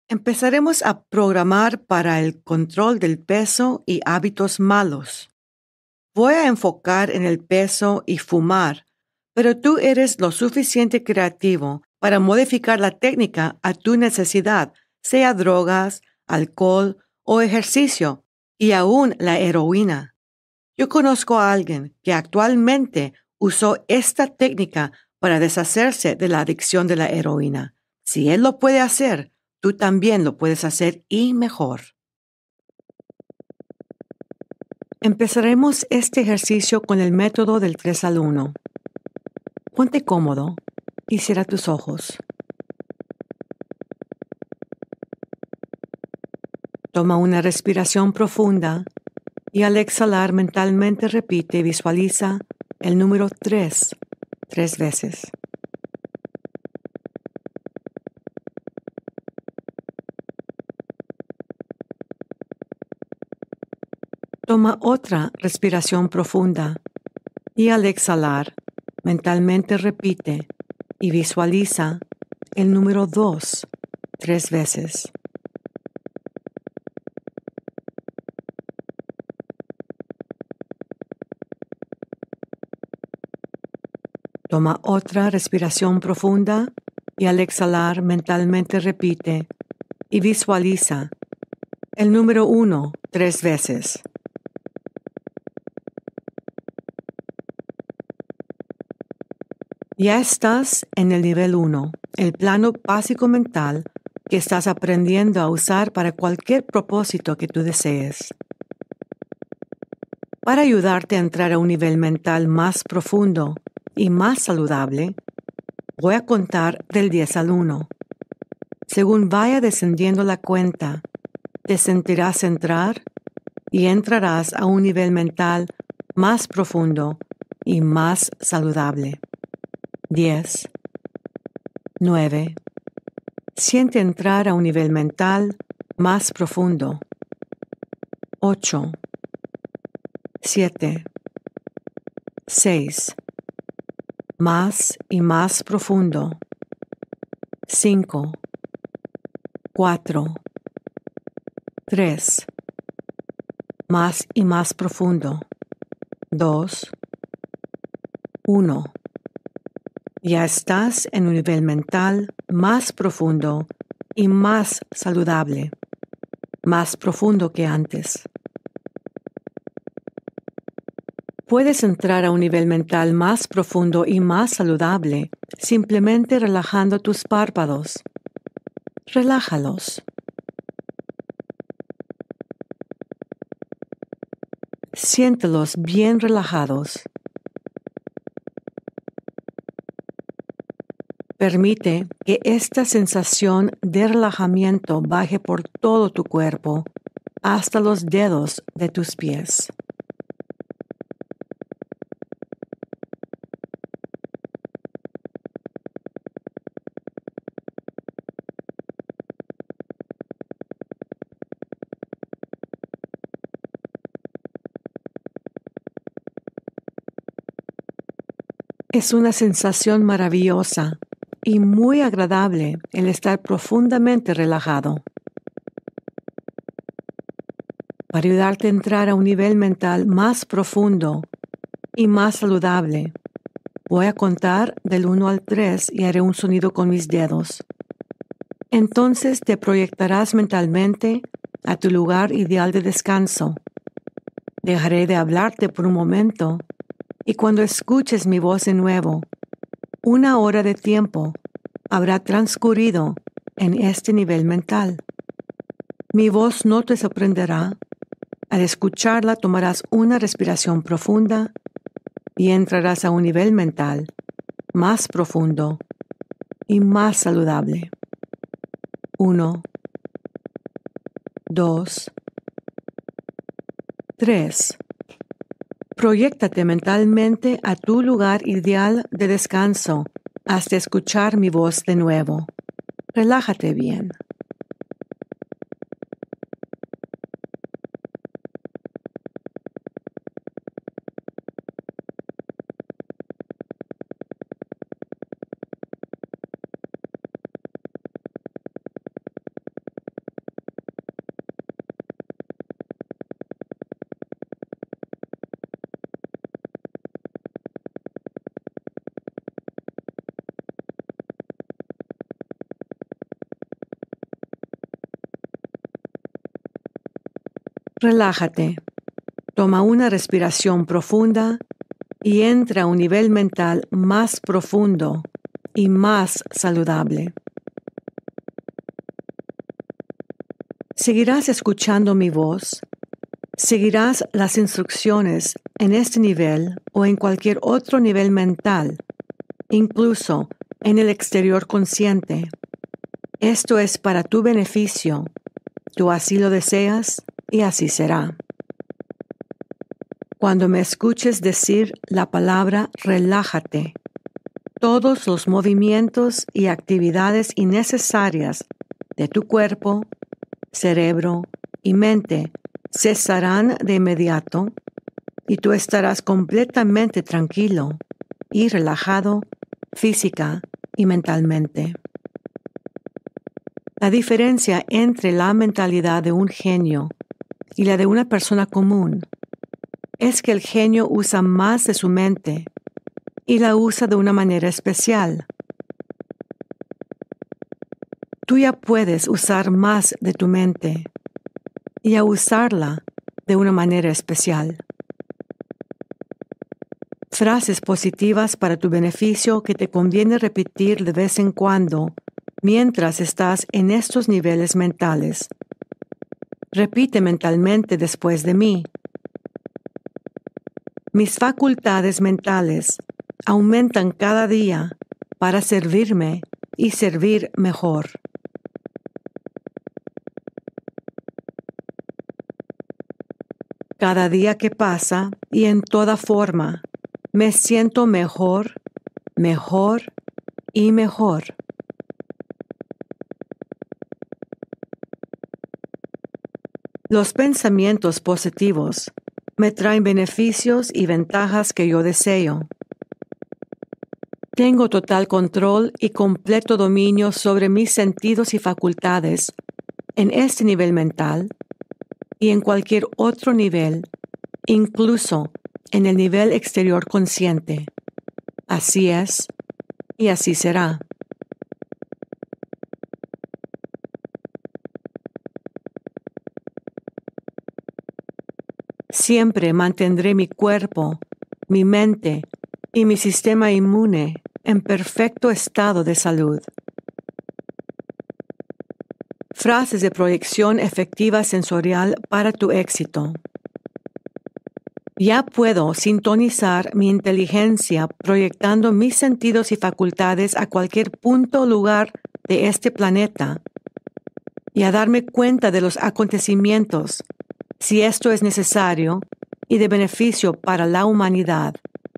Empezaremos a programar para el control del peso y hábitos malos. Voy a enfocar en el peso y fumar, pero tú eres lo suficiente creativo para modificar la técnica a tu necesidad, sea drogas, alcohol o ejercicio, y aún la heroína. Yo conozco a alguien que actualmente usó esta técnica para deshacerse de la adicción de la heroína. Si él lo puede hacer, tú también lo puedes hacer y mejor. Empezaremos este ejercicio con el método del 3 al 1. Ponte cómodo y cierra tus ojos. Toma una respiración profunda y al exhalar mentalmente repite y visualiza el número 3 veces. Toma otra respiración profunda y al exhalar, mentalmente repite y visualiza el número 3 veces. Toma otra respiración profunda y al exhalar, mentalmente repite y visualiza el número 1 3 veces. Ya estás en el nivel 1, el plano básico mental que estás aprendiendo a usar para cualquier propósito que tú desees. Para ayudarte a entrar a un nivel mental más profundo y más saludable, voy a contar del 10 al 1. Según vaya descendiendo la cuenta, te sentirás entrar y entrarás a un nivel mental más profundo y más saludable. 10, 9. Siente entrar a un nivel mental más profundo. 8, 7, 6. Más y más profundo. 5, 4, 3. Más y más profundo. 2, 1. Ya estás en un nivel mental más profundo y más saludable, más profundo que antes. Puedes entrar a un nivel mental más profundo y más saludable simplemente relajando tus párpados. Relájalos. Siéntelos bien relajados. Permite que esta sensación de relajamiento baje por todo tu cuerpo hasta los dedos de tus pies. Es una sensación maravillosa y muy agradable el estar profundamente relajado. Para ayudarte a entrar a un nivel mental más profundo y más saludable, voy a contar del 1 al 3 y haré un sonido con mis dedos. Entonces te proyectarás mentalmente a tu lugar ideal de descanso. Dejaré de hablarte por un momento y cuando escuches mi voz de nuevo, 1 hora de tiempo habrá transcurrido en este nivel mental. Mi voz no te sorprenderá. Al escucharla tomarás una respiración profunda y entrarás a un nivel mental más profundo y más saludable. 1, 2, 3. Proyéctate mentalmente a tu lugar ideal de descanso hasta escuchar mi voz de nuevo. Relájate bien. Relájate. Toma una respiración profunda y entra a un nivel mental más profundo y más saludable. Seguirás escuchando mi voz. Seguirás las instrucciones en este nivel o en cualquier otro nivel mental, incluso en el exterior consciente. Esto es para tu beneficio. Tú así lo deseas y así será. Cuando me escuches decir la palabra relájate, todos los movimientos y actividades innecesarias de tu cuerpo, cerebro y mente cesarán de inmediato y tú estarás completamente tranquilo y relajado física y mentalmente. La diferencia entre la mentalidad de un genio y la de una persona común es que el genio usa más de su mente y la usa de una manera especial. Tú ya puedes usar más de tu mente y a usarla de una manera especial. Frases positivas para tu beneficio que te conviene repetir de vez en cuando mientras estás en estos niveles mentales. Repite mentalmente después de mí. Mis facultades mentales aumentan cada día para servirme y servir mejor. Cada día que pasa y en toda forma, me siento mejor, mejor y mejor. Los pensamientos positivos me traen beneficios y ventajas que yo deseo. Tengo total control y completo dominio sobre mis sentidos y facultades en este nivel mental y en cualquier otro nivel, incluso en el nivel exterior consciente. Así es y así será. Siempre mantendré mi cuerpo, mi mente y mi sistema inmune en perfecto estado de salud. Frases de proyección efectiva sensorial para tu éxito. Ya puedo sintonizar mi inteligencia proyectando mis sentidos y facultades a cualquier punto o lugar de este planeta y a darme cuenta de los acontecimientos, si esto es necesario y de beneficio para la humanidad.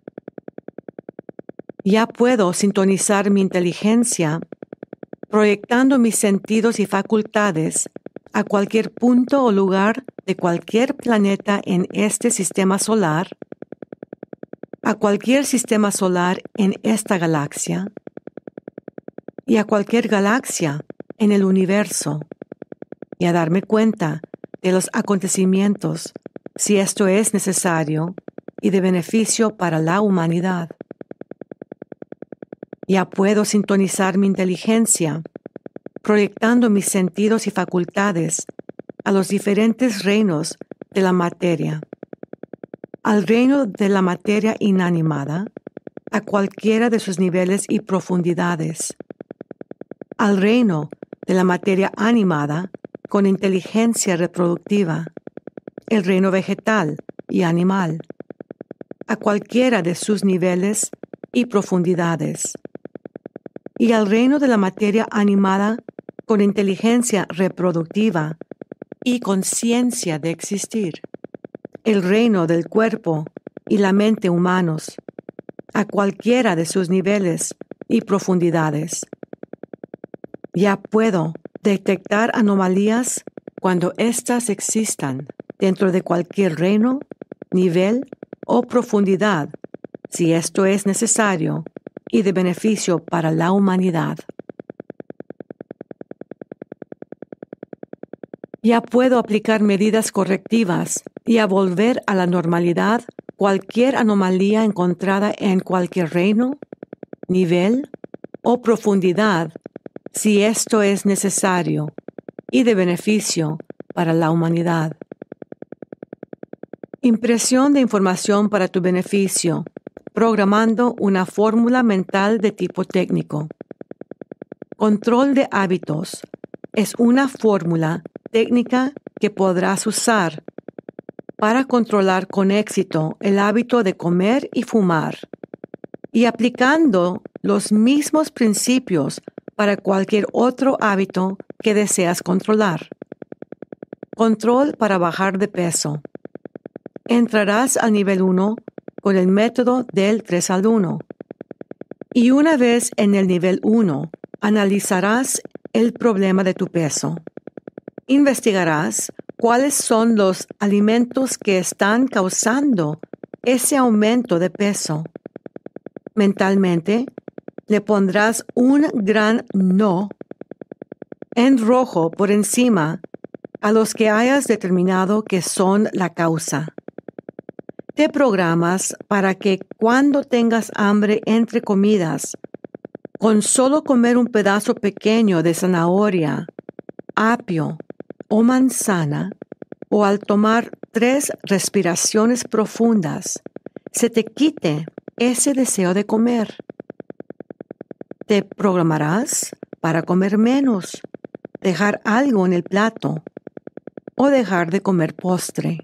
Ya puedo sintonizar mi inteligencia proyectando mis sentidos y facultades a cualquier punto o lugar de cualquier planeta en este sistema solar, a cualquier sistema solar en esta galaxia y a cualquier galaxia en el universo, y a darme cuenta de los acontecimientos, si esto es necesario y de beneficio para la humanidad. Ya puedo sintonizar mi inteligencia, proyectando mis sentidos y facultades a los diferentes reinos de la materia, al reino de la materia inanimada, a cualquiera de sus niveles y profundidades, al reino de la materia animada con inteligencia reproductiva, el reino vegetal y animal, a cualquiera de sus niveles y profundidades, y al reino de la materia animada con inteligencia reproductiva y conciencia de existir, el reino del cuerpo y la mente humanos, a cualquiera de sus niveles y profundidades. Ya puedo detectar anomalías cuando éstas existan dentro de cualquier reino, nivel o profundidad, si esto es necesario y de beneficio para la humanidad. Ya puedo aplicar medidas correctivas y a volver a la normalidad cualquier anomalía encontrada en cualquier reino, nivel o profundidad, si esto es necesario y de beneficio para la humanidad. Impresión de información para tu beneficio, programando una fórmula mental de tipo técnico. Control de hábitos es una fórmula técnica que podrás usar para controlar con éxito el hábito de comer y fumar, y aplicando los mismos principios para cualquier otro hábito que deseas controlar. Control para bajar de peso. Entrarás al nivel 1 con el método del 3 al 1. Y una vez en el nivel 1, analizarás el problema de tu peso. Investigarás cuáles son los alimentos que están causando ese aumento de peso. Mentalmente, le pondrás un gran no en rojo por encima a los que hayas determinado que son la causa. Te programas para que cuando tengas hambre entre comidas, con solo comer un pedazo pequeño de zanahoria, apio o manzana, o al tomar 3 respiraciones profundas, se te quite ese deseo de comer. Te programarás para comer menos, dejar algo en el plato o dejar de comer postre.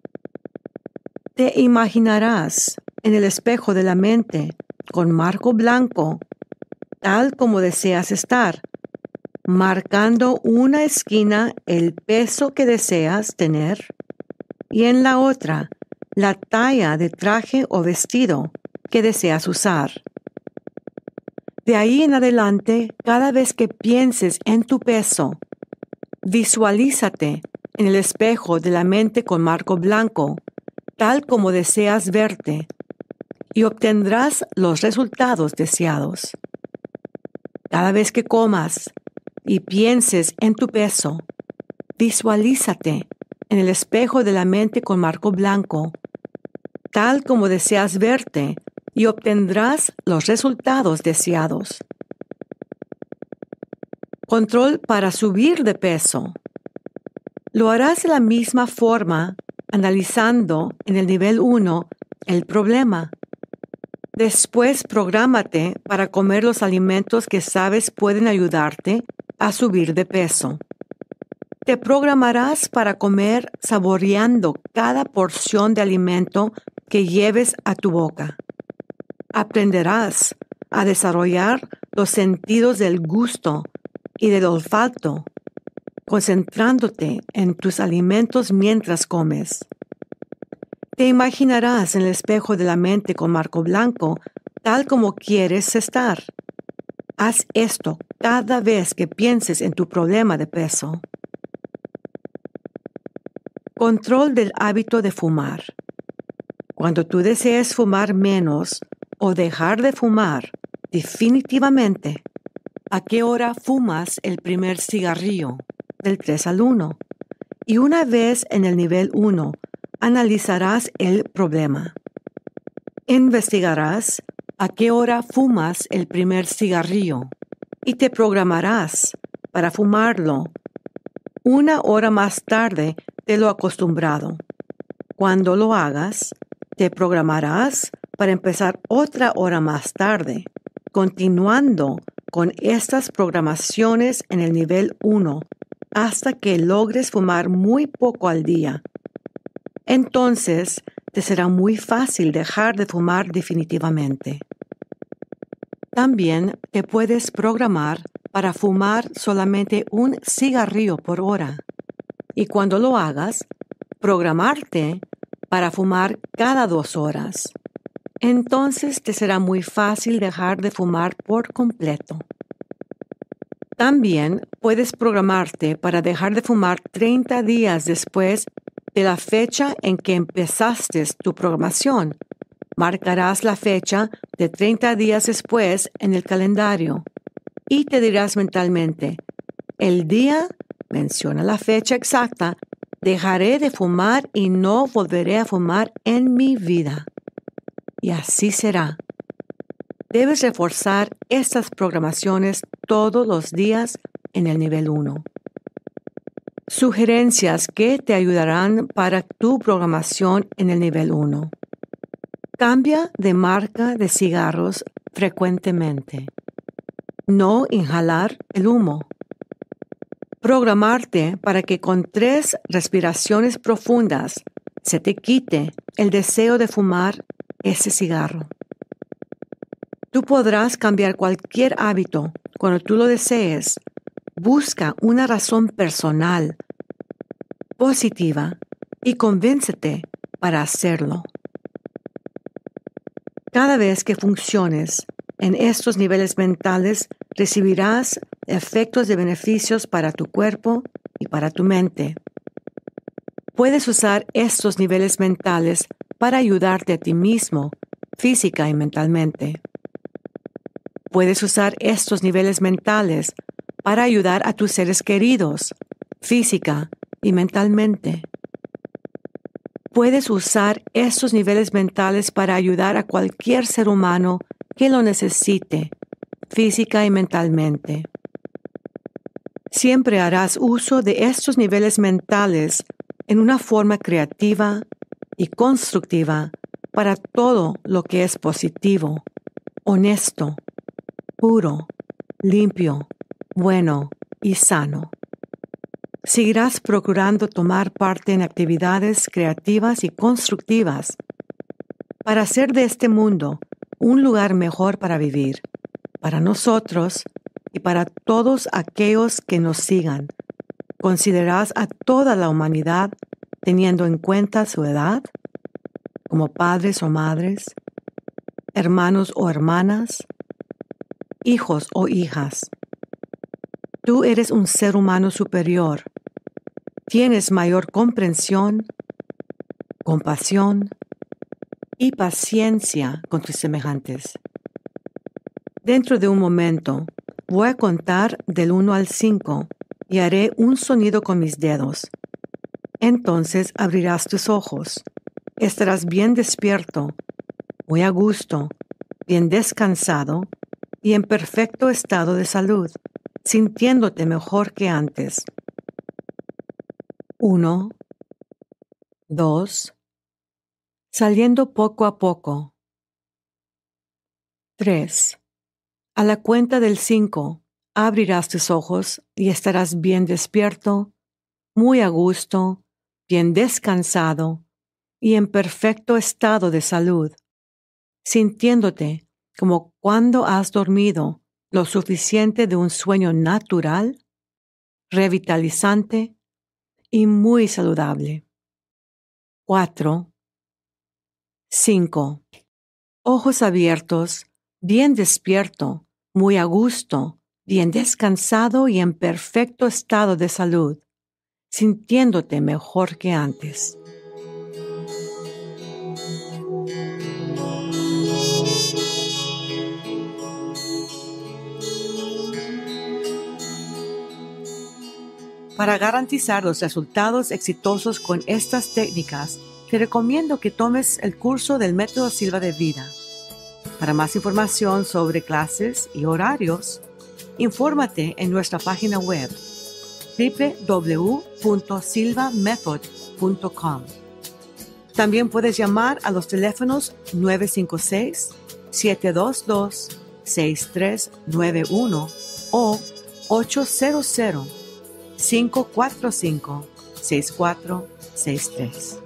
Te imaginarás en el espejo de la mente con marco blanco, tal como deseas estar, marcando una esquina el peso que deseas tener y en la otra la talla de traje o vestido que deseas usar. De ahí en adelante, cada vez que pienses en tu peso, visualízate en el espejo de la mente con marco blanco, tal como deseas verte, y obtendrás los resultados deseados. Cada vez que comas y pienses en tu peso, visualízate en el espejo de la mente con marco blanco, tal como deseas verte, y obtendrás los resultados deseados. Control para subir de peso. Lo harás de la misma forma, analizando en el nivel 1 el problema. Después, prográmate para comer los alimentos que sabes pueden ayudarte a subir de peso. Te programarás para comer saboreando cada porción de alimento que lleves a tu boca. Aprenderás a desarrollar los sentidos del gusto y del olfato, concentrándote en tus alimentos mientras comes. Te imaginarás en el espejo de la mente con marco blanco, tal como quieres estar. Haz esto cada vez que pienses en tu problema de peso. Control del hábito de fumar. Cuando tú desees fumar menos o dejar de fumar definitivamente, ¿a qué hora fumas el primer cigarrillo? Del 3 al 1. Y una vez en el nivel 1, analizarás el problema. Investigarás a qué hora fumas el primer cigarrillo y te programarás para fumarlo 1 hora más tarde de lo acostumbrado. Cuando lo hagas, te programarás para empezar otra hora más tarde, continuando con estas programaciones en el nivel 1 hasta que logres fumar muy poco al día. Entonces, te será muy fácil dejar de fumar definitivamente. También te puedes programar para fumar solamente un cigarrillo por hora. Y cuando lo hagas, programarte para fumar cada 2 horas. Entonces te será muy fácil dejar de fumar por completo. También puedes programarte para dejar de fumar 30 días después de la fecha en que empezaste tu programación. Marcarás la fecha de 30 días después en el calendario y te dirás mentalmente, el día, menciona la fecha exacta, dejaré de fumar y no volveré a fumar en mi vida. Y así será. Debes reforzar estas programaciones todos los días en el nivel 1. Sugerencias que te ayudarán para tu programación en el nivel 1. Cambia de marca de cigarros frecuentemente. No inhalar el humo. Programarte para que con 3 respiraciones profundas se te quite el deseo de fumar ese cigarro. Tú podrás cambiar cualquier hábito cuando tú lo desees. Busca una razón personal, positiva, y convéncete para hacerlo. Cada vez que funciones en estos niveles mentales, recibirás efectos de beneficios para tu cuerpo y para tu mente. Puedes usar estos niveles mentales para ayudarte a ti mismo, física y mentalmente. Puedes usar estos niveles mentales para ayudar a tus seres queridos, física y mentalmente. Puedes usar estos niveles mentales para ayudar a cualquier ser humano que lo necesite, física y mentalmente. Siempre harás uso de estos niveles mentales en una forma creativa y constructiva para todo lo que es positivo, honesto, puro, limpio, bueno y sano. Seguirás procurando tomar parte en actividades creativas y constructivas para hacer de este mundo un lugar mejor para vivir, para nosotros y para todos aquellos que nos sigan. Considerarás a toda la humanidad teniendo en cuenta su edad, como padres o madres, hermanos o hermanas, hijos o hijas. Tú eres un ser humano superior. Tienes mayor comprensión, compasión y paciencia con tus semejantes. Dentro de un momento, voy a contar del 1 al 5 y haré un sonido con mis dedos. Entonces abrirás tus ojos. Estarás bien despierto, muy a gusto, bien descansado y en perfecto estado de salud, sintiéndote mejor que antes. 1, 2, saliendo poco a poco. 3. A la cuenta del 5, abrirás tus ojos y estarás bien despierto, muy a gusto, bien descansado y en perfecto estado de salud, sintiéndote como cuando has dormido lo suficiente de un sueño natural, revitalizante y muy saludable. 4, 5. Ojos abiertos, bien despierto, muy a gusto, bien descansado y en perfecto estado de salud, sintiéndote mejor que antes. Para garantizar los resultados exitosos con estas técnicas, te recomiendo que tomes el curso del Método Silva de Vida. Para más información sobre clases y horarios, infórmate en nuestra página web www.silvamethod.com. También puedes llamar a los teléfonos 956-722-6391 o 800-545-6463.